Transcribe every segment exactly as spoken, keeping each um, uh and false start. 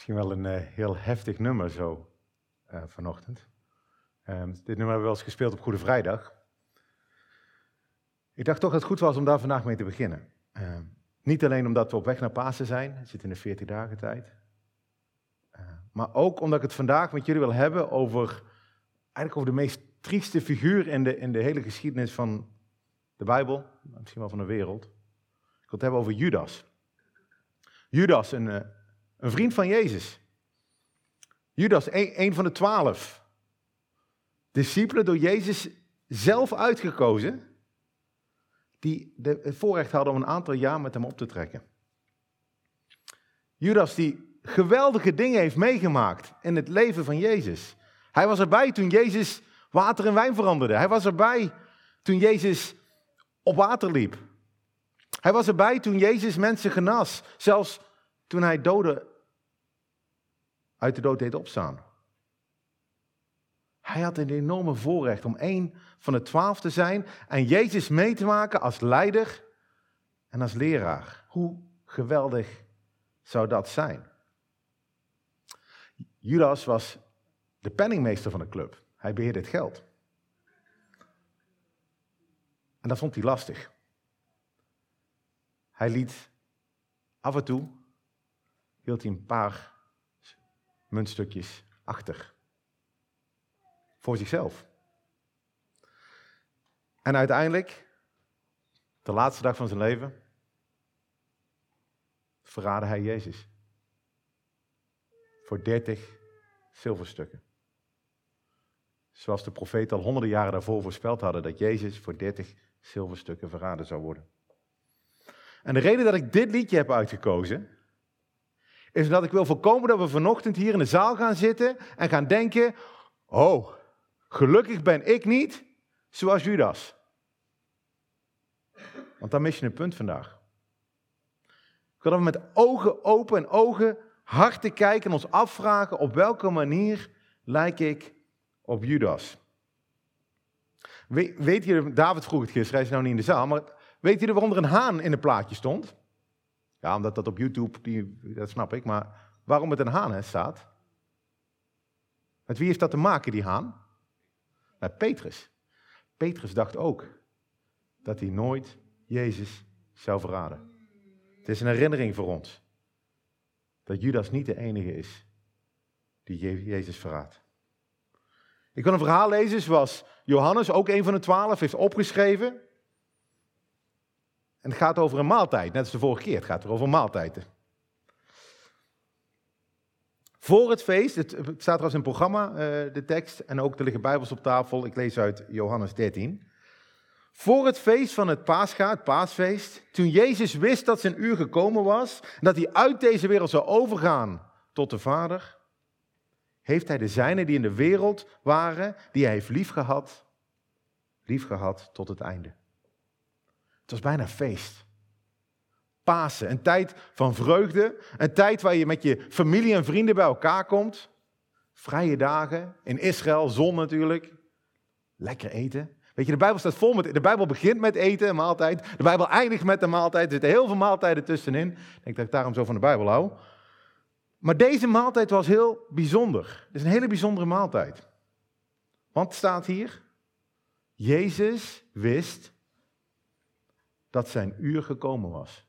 Misschien wel een uh, heel heftig nummer zo uh, vanochtend. Um, dit nummer hebben we wel eens gespeeld op Goede Vrijdag. Ik dacht toch dat het goed was om daar vandaag mee te beginnen. Uh, niet alleen omdat we op weg naar Pasen zijn, het zit in de veertien dagen tijd. Uh, maar ook omdat ik het vandaag met jullie wil hebben over, eigenlijk over de meest trieste figuur in de, in de hele geschiedenis van de Bijbel, misschien wel van de wereld. Ik wil het hebben over Judas. Judas, een... Uh, Een vriend van Jezus. Judas, een, een van de twaalf. Discipelen door Jezus zelf uitgekozen. Die de, het voorrecht hadden om een aantal jaar met hem op te trekken. Judas die geweldige dingen heeft meegemaakt in het leven van Jezus. Hij was erbij toen Jezus water in wijn veranderde. Hij was erbij toen Jezus op water liep. Hij was erbij toen Jezus mensen genas. Zelfs toen hij doden uit de dood deed opstaan. Hij had een enorme voorrecht om één van de twaalf te zijn en Jezus mee te maken als leider en als leraar. Hoe geweldig zou dat zijn? Judas was de penningmeester van de club. Hij beheerde het geld. En dat vond hij lastig. Hij liet af en toe, hield hij een paar muntstukjes achter. Voor zichzelf. En uiteindelijk, de laatste dag van zijn leven, verraadde hij Jezus. Voor dertig zilverstukken. Zoals de profeten al honderden jaren daarvoor voorspeld hadden dat Jezus voor dertig zilverstukken verraden zou worden. En de reden dat ik dit liedje heb uitgekozen is dat ik wil voorkomen dat we vanochtend hier in de zaal gaan zitten en gaan denken, oh, gelukkig ben ik niet zoals Judas. Want dan mis je een punt vandaag. Ik wil dat we met ogen open en ogen hard te kijken en ons afvragen op welke manier lijk ik op Judas. We, weet je, David vroeg het gisteren, hij is nou niet in de zaal, maar weet je waarom er een haan in het plaatje stond? Ja, omdat dat op YouTube, die, dat snap ik, maar waarom het een haan hè, staat? Met wie heeft dat te maken, die haan? Met Petrus. Petrus dacht ook dat hij nooit Jezus zou verraden. Het is een herinnering voor ons dat Judas niet de enige is die Jezus verraadt. Ik wil een verhaal lezen zoals Johannes, ook een van de twaalf, heeft opgeschreven. En het gaat over een maaltijd, net als de vorige keer. Het gaat er over maaltijden. Voor het feest, het staat trouwens in het programma, uh, de tekst, en ook er liggen Bijbels op tafel. Ik lees uit Johannes dertien. Voor het feest van het Pascha, het paasfeest, toen Jezus wist dat zijn uur gekomen was, dat hij uit deze wereld zou overgaan tot de Vader, heeft hij de zijnen die in de wereld waren, die hij heeft liefgehad, liefgehad tot het einde. Het was bijna feest. Pasen, een tijd van vreugde, een tijd waar je met je familie en vrienden bij elkaar komt. Vrije dagen, in Israël, zon natuurlijk. Lekker eten. Weet je, de Bijbel staat vol met, de Bijbel begint met eten, een maaltijd. De Bijbel eindigt met een maaltijd. Er zitten heel veel maaltijden tussenin. Ik denk dat ik daarom zo van de Bijbel hou. Maar deze maaltijd was heel bijzonder. Het is een hele bijzondere maaltijd. Want het staat hier, Jezus wist dat zijn uur gekomen was.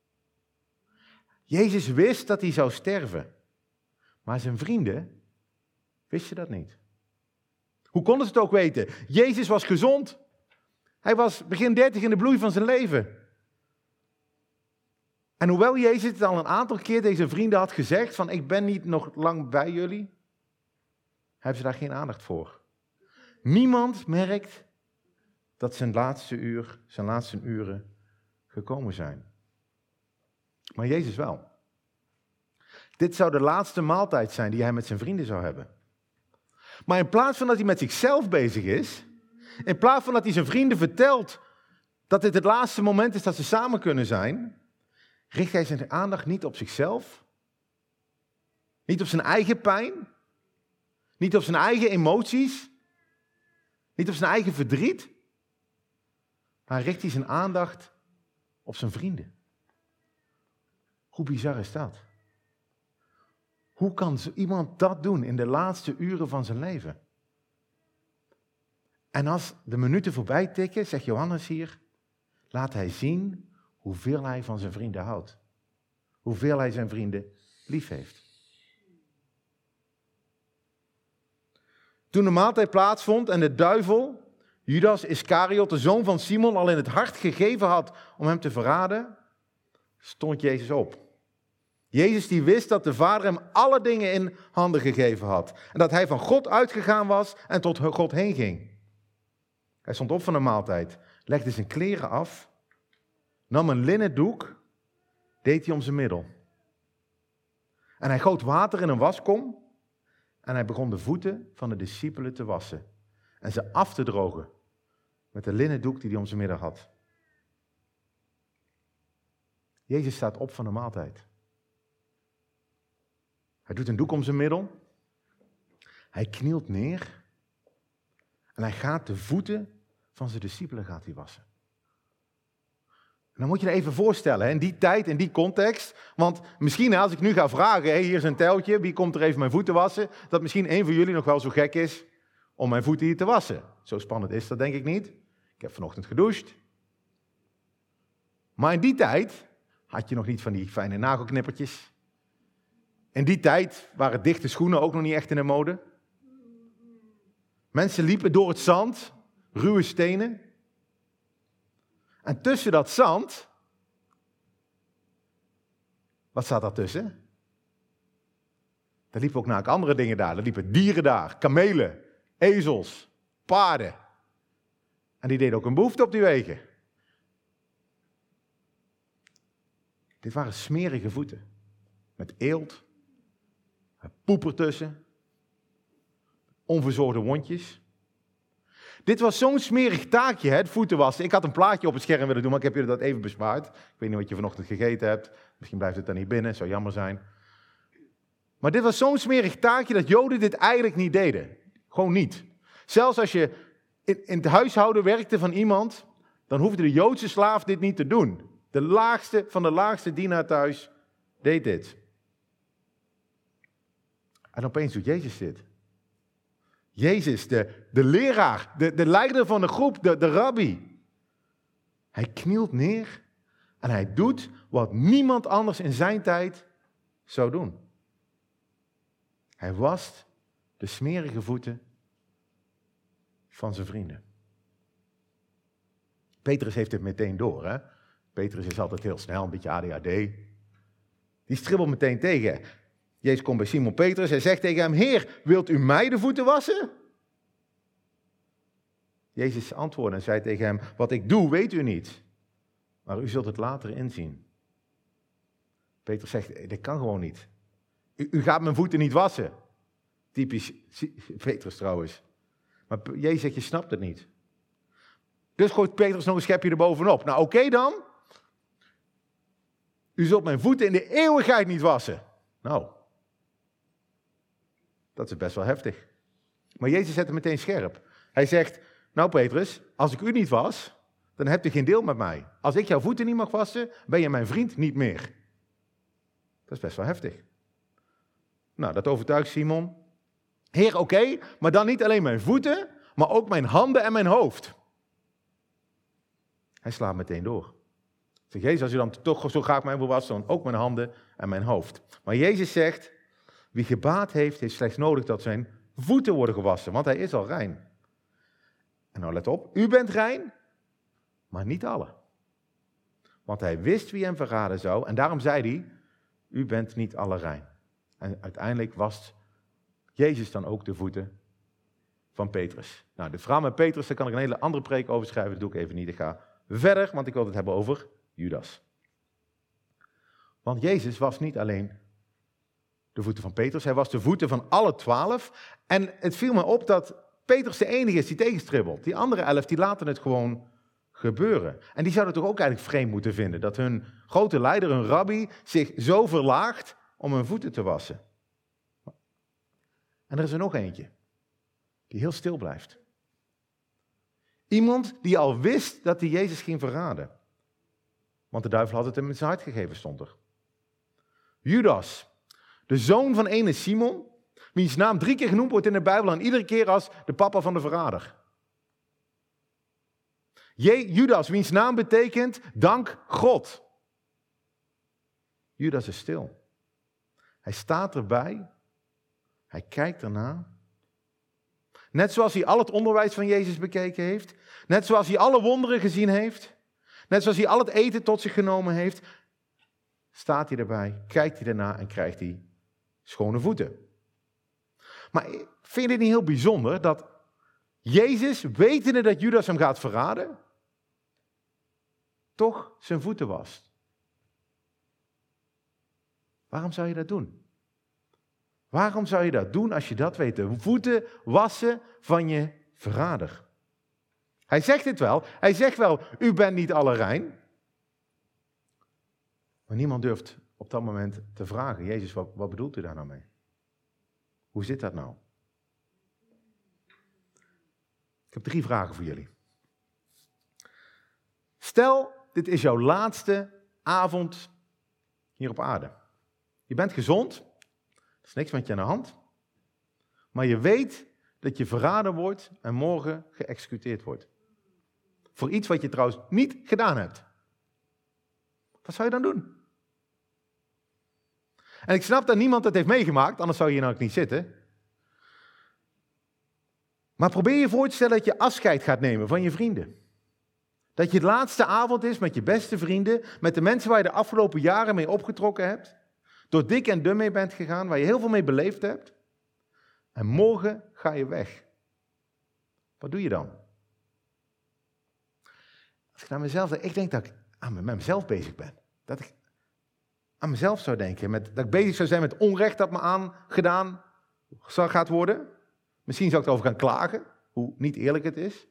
Jezus wist dat hij zou sterven. Maar zijn vrienden wisten dat niet. Hoe konden ze het ook weten? Jezus was gezond. Hij was begin dertig in de bloei van zijn leven. En hoewel Jezus het al een aantal keer deze vrienden had gezegd van ik ben niet nog lang bij jullie, hebben ze daar geen aandacht voor. Niemand merkt dat zijn laatste uur, zijn laatste uren gekomen zijn. Maar Jezus wel. Dit zou de laatste maaltijd zijn die hij met zijn vrienden zou hebben. Maar in plaats van dat hij met zichzelf bezig is, in plaats van dat hij zijn vrienden vertelt dat dit het laatste moment is dat ze samen kunnen zijn, richt hij zijn aandacht niet op zichzelf, niet op zijn eigen pijn, niet op zijn eigen emoties, niet op zijn eigen verdriet, maar richt hij zijn aandacht op zijn vrienden. Hoe bizar is dat? Hoe kan zo iemand dat doen in de laatste uren van zijn leven? En als de minuten voorbij tikken, zegt Johannes hier, laat hij zien hoeveel hij van zijn vrienden houdt. Hoeveel hij zijn vrienden lief heeft. Toen de maaltijd plaatsvond en de duivel, Judas Iscariot, de zoon van Simon, al in het hart gegeven had om hem te verraden, stond Jezus op. Jezus die wist dat de Vader hem alle dingen in handen gegeven had. En dat hij van God uitgegaan was en tot God heen ging. Hij stond op van de maaltijd, legde zijn kleren af, nam een linnen doek, deed hij om zijn middel. En hij goot water in een waskom en hij begon de voeten van de discipelen te wassen. En ze af te drogen met de linnen doek die hij om zijn middel had. Jezus staat op van de maaltijd. Hij doet een doek om zijn middel. Hij knielt neer. En hij gaat de voeten van zijn discipelen gaat hij wassen. En dan moet je je even voorstellen, in die tijd, in die context. Want misschien als ik nu ga vragen, hey, hier is een teltje, wie komt er even mijn voeten wassen? Dat misschien een van jullie nog wel zo gek is om mijn voeten hier te wassen. Zo spannend is dat denk ik niet. Ik heb vanochtend gedoucht. Maar in die tijd had je nog niet van die fijne nagelknippertjes. In die tijd waren dichte schoenen ook nog niet echt in de mode. Mensen liepen door het zand, ruwe stenen. En tussen dat zand, wat staat daar tussen? Er liepen ook namelijk andere dingen daar. Er liepen dieren daar, kamelen, ezels, paarden. En die deden ook een behoefte op die wegen. Dit waren smerige voeten. Met eelt, poep ertussen, onverzorgde wondjes. Dit was zo'n smerig taakje, hè, het voeten wassen. Ik had een plaatje op het scherm willen doen, maar ik heb jullie dat even bespaard. Ik weet niet wat je vanochtend gegeten hebt. Misschien blijft het dan niet binnen, zou jammer zijn. Maar dit was zo'n smerig taakje dat Joden dit eigenlijk niet deden. Gewoon niet. Zelfs als je in, in het huishouden werkte van iemand, dan hoefde de Joodse slaaf dit niet te doen. De laagste van de laagste dienaar thuis deed dit. En opeens doet Jezus dit. Jezus, de, de leraar, de, de leider van de groep, de, de rabbi. Hij knielt neer en hij doet wat niemand anders in zijn tijd zou doen. Hij wast de smerige voeten van zijn vrienden. Petrus heeft het meteen door, hè? Petrus is altijd heel snel, een beetje A D H D. Die stribbelt meteen tegen. Jezus komt bij Simon Petrus, hij zegt tegen hem, Heer, wilt u mij de voeten wassen? Jezus antwoordde en zei tegen hem, wat ik doe weet u niet, maar u zult het later inzien. Petrus zegt, dit kan gewoon niet. U, u gaat mijn voeten niet wassen. Typisch Petrus trouwens. Maar Jezus zegt, je snapt het niet. Dus gooit Petrus nog een schepje erbovenop. Nou oké okay dan. U zult mijn voeten in de eeuwigheid niet wassen. Nou, dat is best wel heftig. Maar Jezus zet hem meteen scherp. Hij zegt, nou Petrus, als ik u niet was, dan hebt u geen deel met mij. Als ik jouw voeten niet mag wassen, ben je mijn vriend niet meer. Dat is best wel heftig. Nou, dat overtuigt Simon. Heer, oké, okay, maar dan niet alleen mijn voeten, maar ook mijn handen en mijn hoofd. Hij slaat meteen door. Zeg, Jezus, als u dan toch zo graag mij wil wassen, dan ook mijn handen en mijn hoofd. Maar Jezus zegt, wie gebaat heeft, heeft slechts nodig dat zijn voeten worden gewassen, want hij is al rein. En nou let op, u bent rein, maar niet alle. Want hij wist wie hem verraden zou en daarom zei hij, u bent niet alle rein. En uiteindelijk wast Jezus dan ook de voeten van Petrus. Nou, de verhaal met Petrus, daar kan ik een hele andere preek over schrijven, dat doe ik even niet. Ik ga verder, want ik wil het hebben over Judas. Want Jezus was niet alleen de voeten van Petrus, hij was de voeten van alle twaalf. En het viel me op dat Petrus de enige is die tegenstribbelt. Die andere elf, die laten het gewoon gebeuren. En die zouden toch ook eigenlijk vreemd moeten vinden, dat hun grote leider, hun rabbi, zich zo verlaagt om hun voeten te wassen. En er is er nog eentje, die heel stil blijft. Iemand die al wist dat hij Jezus ging verraden. Want de duivel had het hem in zijn hart gegeven, stond er. Judas, De zoon van ene Simon, wiens naam drie keer genoemd wordt in de Bijbel en iedere keer als de papa van de verrader. Je, Judas, wiens naam betekent dank God. Judas is stil. Hij staat erbij. Hij kijkt ernaar. Net zoals hij al het onderwijs van Jezus bekeken heeft. Net zoals hij alle wonderen gezien heeft. Net zoals hij al het eten tot zich genomen heeft. Staat hij erbij, kijkt hij ernaar en krijgt hij schone voeten. Maar vind je het niet heel bijzonder dat Jezus, wetende dat Judas hem gaat verraden, toch zijn voeten wast? Waarom zou je dat doen? Waarom zou je dat doen als je dat weet? De voeten wassen van je verrader. Hij zegt dit wel. Hij zegt wel, u bent niet alle rein. Maar niemand durft op dat moment te vragen, Jezus, wat, wat bedoelt u daar nou mee? Hoe zit dat nou? Ik heb drie vragen voor jullie. Stel, dit is jouw laatste avond hier op aarde. Je bent gezond, er is niks met je aan de hand, maar je weet dat je verraden wordt en morgen geëxecuteerd wordt. Voor iets wat je trouwens niet gedaan hebt. Wat zou je dan doen? En ik snap dat niemand het heeft meegemaakt, anders zou je hier nou ook niet zitten. Maar probeer je voor te stellen dat je afscheid gaat nemen van je vrienden. Dat je het laatste avond is met je beste vrienden, met de mensen waar je de afgelopen jaren mee opgetrokken hebt, door dik en dun mee bent gegaan, waar je heel veel mee beleefd hebt. En morgen ga je weg. Wat doe je dan? Als ik naar mezelf denk, ik denk dat ik aan met mezelf bezig ben. Dat ik aan mezelf zou denken, met, dat ik bezig zou zijn met onrecht dat me aangedaan gaat worden. Misschien zou ik erover gaan klagen, hoe niet eerlijk het is.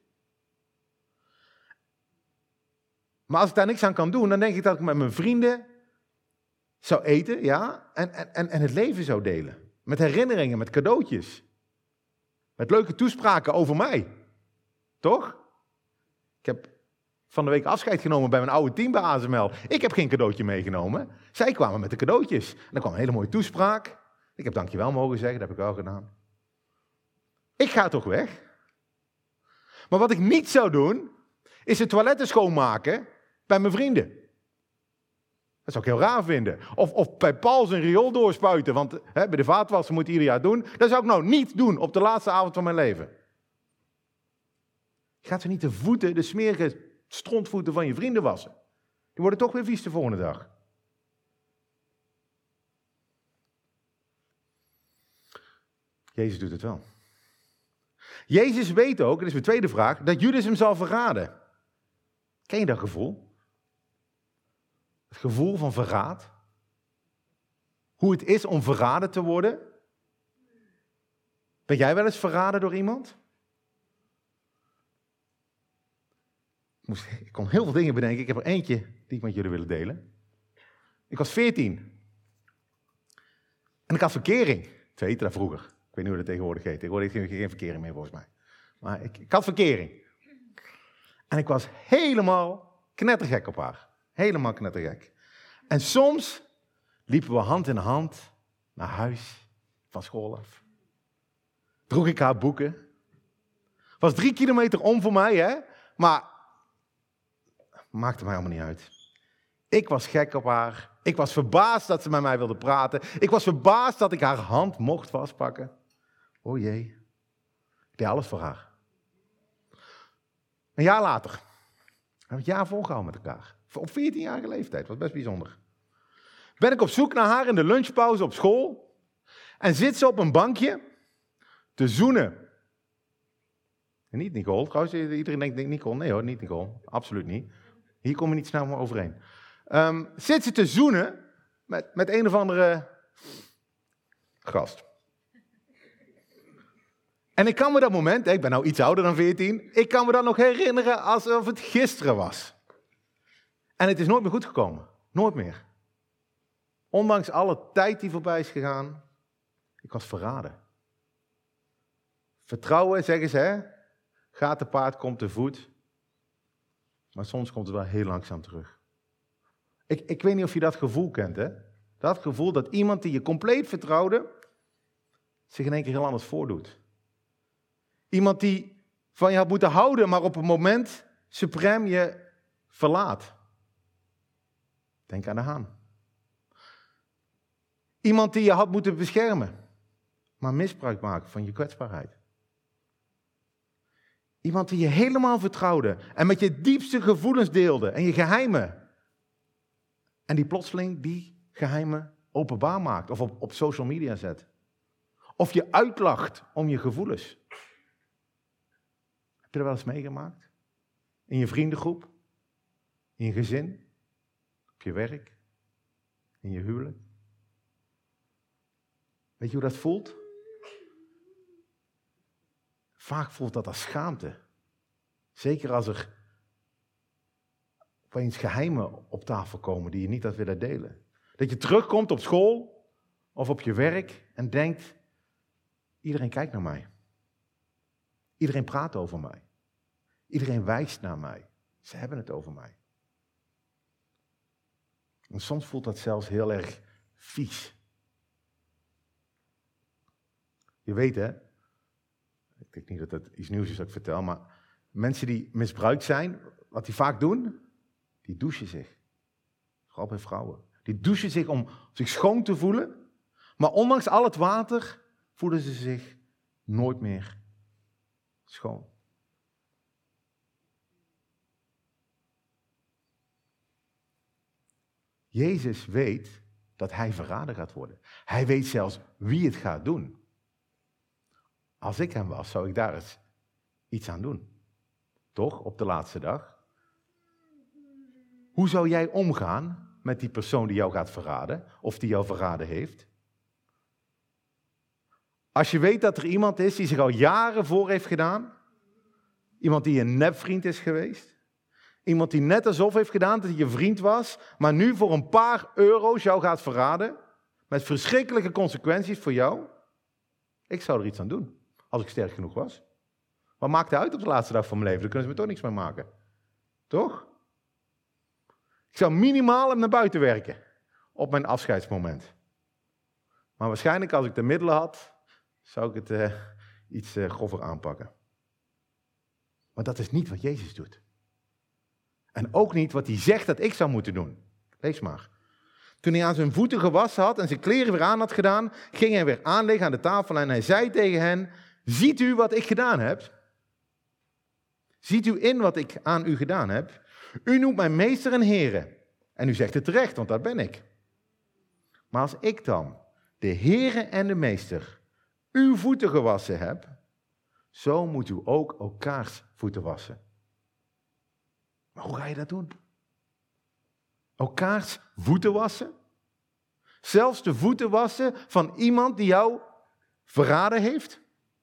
Maar als ik daar niks aan kan doen, dan denk ik dat ik met mijn vrienden zou eten, ja, en, en, en het leven zou delen. Met herinneringen, met cadeautjes. Met leuke toespraken over mij. Toch? Ik heb van de week afscheid genomen bij mijn oude team bij A S M L. Ik heb geen cadeautje meegenomen. Zij kwamen met de cadeautjes. En dan kwam een hele mooie toespraak. Ik heb dankjewel mogen zeggen, dat heb ik wel gedaan. Ik ga toch weg. Maar wat ik niet zou doen, is de toiletten schoonmaken bij mijn vrienden. Dat zou ik heel raar vinden. Of, of bij Paul zijn riool doorspuiten, want hè, bij de vaatwasser moet hij ieder jaar doen. Dat zou ik nou niet doen op de laatste avond van mijn leven. Je gaat er niet de voeten, de smerige strontvoeten van je vrienden wassen. Die worden toch weer vies de volgende dag. Jezus doet het wel. Jezus weet ook, dat is mijn tweede vraag, dat Judas hem zal verraden. Ken je dat gevoel? Het gevoel van verraad? Hoe het is om verraden te worden? Ben jij wel eens verraden door iemand? Ik, moest, ik kon heel veel dingen bedenken. Ik heb er eentje die ik met jullie wil delen. Ik was veertien. En ik had verkering. Ze heette dat vroeger. Ik weet niet hoe dat tegenwoordig heet. Tegenwoordig heeft geen verkering meer volgens mij. Maar ik, ik had verkering. En ik was helemaal knettergek op haar. Helemaal knettergek. En soms liepen we hand in hand naar huis van school af. Droeg ik haar boeken. Was drie kilometer om voor mij, hè. Maar maakte mij allemaal niet uit. Ik was gek op haar. Ik was verbaasd dat ze met mij wilde praten. Ik was verbaasd dat ik haar hand mocht vastpakken. O jee. Ik deed alles voor haar. Een jaar later. We hebben het jaar volgehouden met elkaar. Op veertienjarige leeftijd. Was best bijzonder. Ben ik op zoek naar haar in de lunchpauze op school. En zit ze op een bankje te zoenen. En niet Nicole. Trouwens, iedereen denkt Nicole. Nee hoor, niet Nicole. Absoluut niet. Hier komen we niet snel meer overheen. Um, zit ze te zoenen met, met een of andere gast. En ik kan me dat moment, ik ben nou iets ouder dan veertien, ik kan me dat nog herinneren alsof het gisteren was. En het is nooit meer goed gekomen. Nooit meer. Ondanks alle tijd die voorbij is gegaan, ik was verraden. Vertrouwen, zeggen ze, hè? Gaat te paard, komt te voet. Maar soms komt het wel heel langzaam terug. Ik, ik weet niet of je dat gevoel kent, hè? Dat gevoel dat iemand die je compleet vertrouwde, zich in één keer heel anders voordoet. Iemand die van je had moeten houden, maar op een moment suprem je verlaat. Denk aan de haan. Iemand die je had moeten beschermen, maar misbruik maakt van je kwetsbaarheid. Iemand die je helemaal vertrouwde en met je diepste gevoelens deelde en je geheimen. En die plotseling die geheimen openbaar maakt of op, op social media zet. Of je uitlacht om je gevoelens. Heb je dat wel eens meegemaakt? In je vriendengroep? In je gezin? Op je werk? In je huwelijk? Weet je hoe dat voelt? Vaak voelt dat als schaamte. Zeker als er opeens geheimen op tafel komen die je niet had willen delen. Dat je terugkomt op school of op je werk en denkt, iedereen kijkt naar mij. Iedereen praat over mij. Iedereen wijst naar mij. Ze hebben het over mij. En soms voelt dat zelfs heel erg vies. Je weet hè, ik denk niet dat het iets nieuws is dat ik vertel, maar mensen die misbruikt zijn, wat die vaak doen, die douchen zich. Vooral bij vrouwen. Die douchen zich om zich schoon te voelen, maar ondanks al het water voelen ze zich nooit meer schoon. Jezus weet dat hij verraden gaat worden. Hij weet zelfs wie het gaat doen. Als ik hem was, zou ik daar eens iets aan doen. Toch, op de laatste dag? Hoe zou jij omgaan met die persoon die jou gaat verraden, of die jou verraden heeft? Als je weet dat er iemand is die zich al jaren voor heeft gedaan, iemand die een nepvriend is geweest, iemand die net alsof heeft gedaan dat hij je vriend was, maar nu voor een paar euro's jou gaat verraden, met verschrikkelijke consequenties voor jou, ik zou er iets aan doen. Als ik sterk genoeg was. Wat maakt het uit op de laatste dag van mijn leven? Daar kunnen ze me toch niks mee maken. Toch? Ik zou minimaal hem naar buiten werken. Op mijn afscheidsmoment. Maar waarschijnlijk als ik de middelen had, zou ik het uh, iets uh, grover aanpakken. Maar dat is niet wat Jezus doet. En ook niet wat hij zegt dat ik zou moeten doen. Lees maar. Toen hij aan zijn voeten gewassen had en zijn kleren weer aan had gedaan, ging hij weer aanleggen aan de tafel en hij zei tegen hen, ziet u wat ik gedaan heb? Ziet u in wat ik aan u gedaan heb? U noemt mij meester en heren. En u zegt het terecht, want dat ben ik. Maar als ik dan, de heren en de meester, uw voeten gewassen heb, zo moet u ook elkaars voeten wassen. Maar hoe ga je dat doen? Elkaars voeten wassen? Zelfs de voeten wassen van iemand die jou verraden heeft?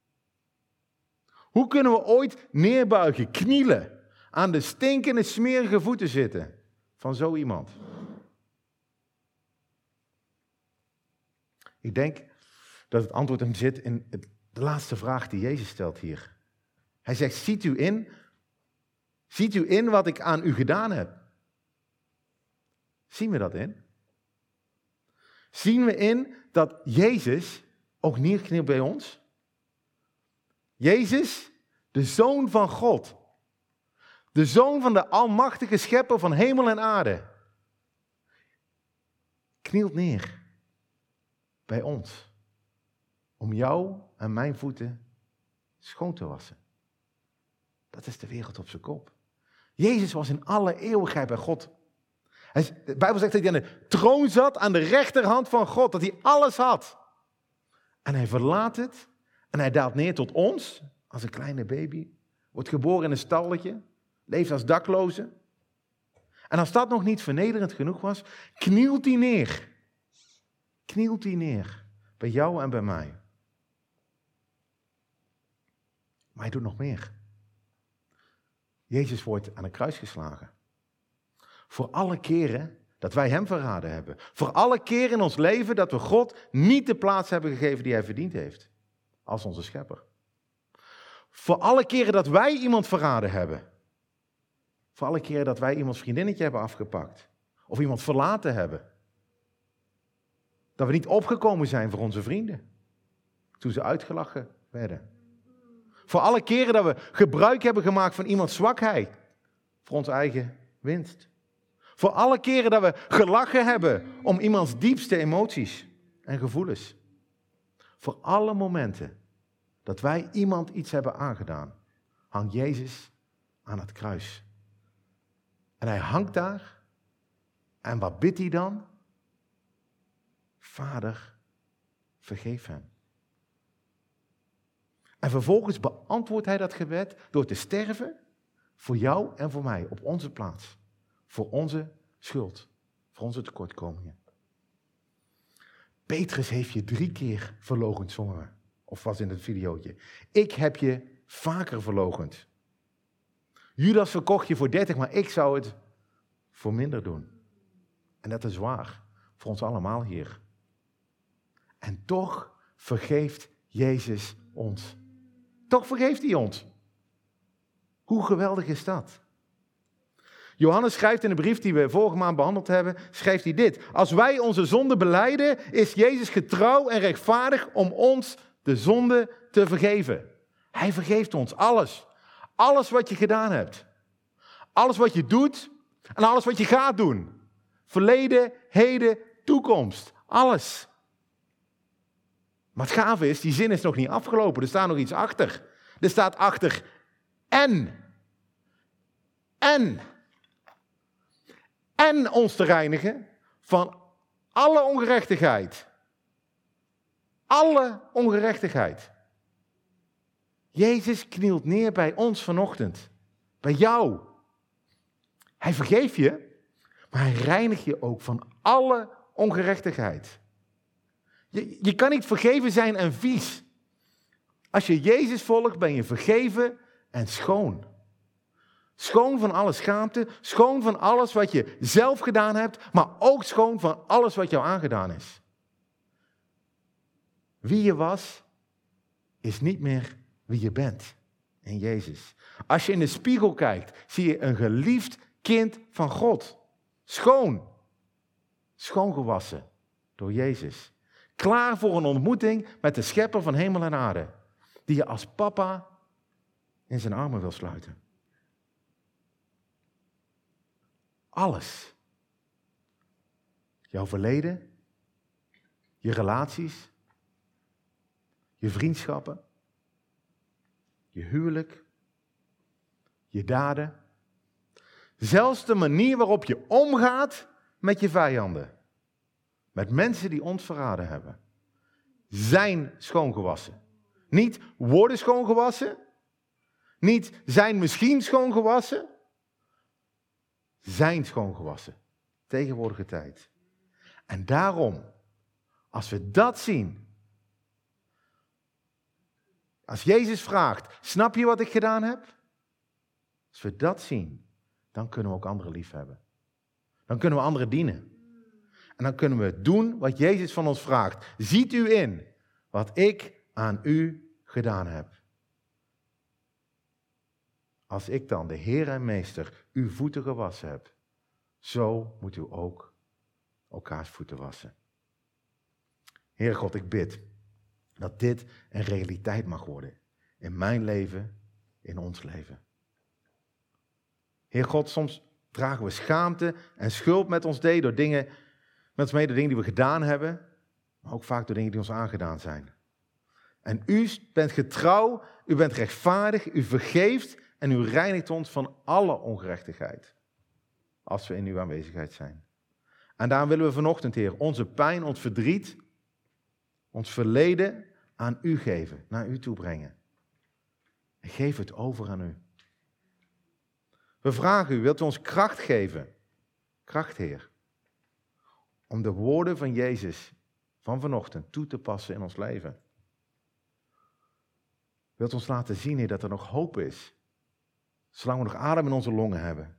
Hoe kunnen we ooit neerbuigen, knielen, aan de stinkende, smerige voeten zitten van zo iemand? Ik denk dat het antwoord hem zit in de laatste vraag die Jezus stelt hier. Hij zegt, ziet u in, ziet u in wat ik aan u gedaan heb? Zien we dat in? Zien we in dat Jezus ook neerknielt bij ons? Jezus, de Zoon van God. De Zoon van de almachtige schepper van hemel en aarde. Knielt neer bij ons. Om jou en mijn voeten schoon te wassen. Dat is de wereld op zijn kop. Jezus was in alle eeuwigheid bij God. Hij, de Bijbel zegt dat hij aan de troon zat, aan de rechterhand van God. Dat hij alles had. En hij verlaat het. En hij daalt neer tot ons, als een kleine baby. Wordt geboren in een stalletje. Leeft als dakloze. En als dat nog niet vernederend genoeg was, knielt hij neer. Knielt hij neer. Bij jou en bij mij. Maar hij doet nog meer. Jezus wordt aan een kruis geslagen. Voor alle keren dat wij hem verraden hebben. Voor alle keren in ons leven dat we God niet de plaats hebben gegeven die hij verdiend heeft. Als onze schepper. Voor alle keren dat wij iemand verraden hebben. Voor alle keren dat wij iemands vriendinnetje hebben afgepakt. Of iemand verlaten hebben. Dat we niet opgekomen zijn voor onze vrienden. Toen ze uitgelachen werden. Voor alle keren dat we gebruik hebben gemaakt van iemands zwakheid. Voor onze eigen winst. Voor alle keren dat we gelachen hebben om iemands diepste emoties en gevoelens. Voor alle momenten dat wij iemand iets hebben aangedaan, hangt Jezus aan het kruis. En hij hangt daar. En wat bidt hij dan? Vader, vergeef hem. En vervolgens beantwoordt hij dat gebed door te sterven voor jou en voor mij op onze plaats. Voor onze schuld, voor onze tekortkomingen. Petrus heeft je drie keer verloochend, zongen we. Of was in het videootje. Ik heb je vaker verloochend. Judas verkocht je voor dertig, maar ik zou het voor minder doen. En dat is waar, voor ons allemaal hier. En toch vergeeft Jezus ons. Toch vergeeft hij ons. Hoe geweldig is dat? Johannes schrijft in de brief die we vorige maand behandeld hebben, schrijft hij dit. Als wij onze zonde belijden, is Jezus getrouw en rechtvaardig om ons de zonde te vergeven. Hij vergeeft ons alles. Alles wat je gedaan hebt. Alles wat je doet en alles wat je gaat doen. Verleden, heden, toekomst. Alles. Maar het gave is, die zin is nog niet afgelopen. Er staat nog iets achter. Er staat achter en. En. En ons te reinigen van alle ongerechtigheid. Alle ongerechtigheid. Jezus knielt neer bij ons vanochtend. Bij jou. Hij vergeeft je, maar hij reinigt je ook van alle ongerechtigheid. Je, je kan niet vergeven zijn en vies. Als je Jezus volgt, ben je vergeven en schoon. Schoon van alle schaamte, schoon van alles wat je zelf gedaan hebt, maar ook schoon van alles wat jou aangedaan is. Wie je was, is niet meer wie je bent in Jezus. Als je in de spiegel kijkt, zie je een geliefd kind van God. Schoon. Schoongewassen door Jezus. Klaar voor een ontmoeting met de schepper van hemel en aarde. Die je als papa in zijn armen wil sluiten. Alles. Jouw verleden. Je relaties. Je vriendschappen. Je huwelijk. Je daden. Zelfs de manier waarop je omgaat met je vijanden. Met mensen die ons verraden hebben. Zijn schoongewassen. Niet worden schoongewassen. Niet zijn misschien schoongewassen. Zijn schoongewassen. Tegenwoordige tijd. En daarom, als we dat zien. Als Jezus vraagt, snap je wat ik gedaan heb? Als we dat zien, dan kunnen we ook anderen lief hebben. Dan kunnen we anderen dienen. En dan kunnen we doen wat Jezus van ons vraagt. Ziet u in wat ik aan u gedaan heb. Als ik dan, de Heer en Meester, uw voeten gewassen heb, zo moet u ook elkaars voeten wassen. Heer God, ik bid dat dit een realiteit mag worden. In mijn leven, in ons leven. Heer God, soms dragen we schaamte en schuld met ons mee door dingen, met ons mee door dingen die we gedaan hebben, maar ook vaak door dingen die ons aangedaan zijn. En u bent getrouw, u bent rechtvaardig, u vergeeft en u reinigt ons van alle ongerechtigheid. Als we in uw aanwezigheid zijn. En daarom willen we vanochtend, Heer, onze pijn, ons verdriet, ons verleden aan u geven, naar u toe brengen. En geef het over aan u. We vragen u, wilt u ons kracht geven? Kracht, Heer. Om de woorden van Jezus van vanochtend toe te passen in ons leven. Wilt u ons laten zien, Heer, dat er nog hoop is. Zolang we nog adem in onze longen hebben.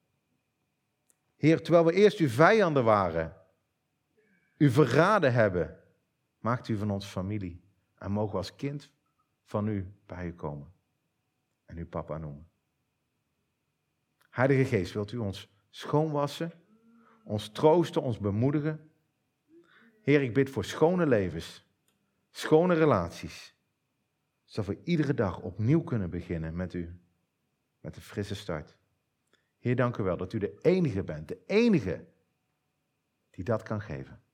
Heer, terwijl we eerst uw vijanden waren, u verraden hebben, maakt u van ons familie. En mogen we als kind van u bij u komen. En u papa noemen. Heilige Geest, wilt u ons schoonwassen, ons troosten, ons bemoedigen. Heer, ik bid voor schone levens, schone relaties, zodat we iedere dag opnieuw kunnen beginnen met u, met een frisse start. Heer, dank u wel dat u de enige bent, de enige die dat kan geven.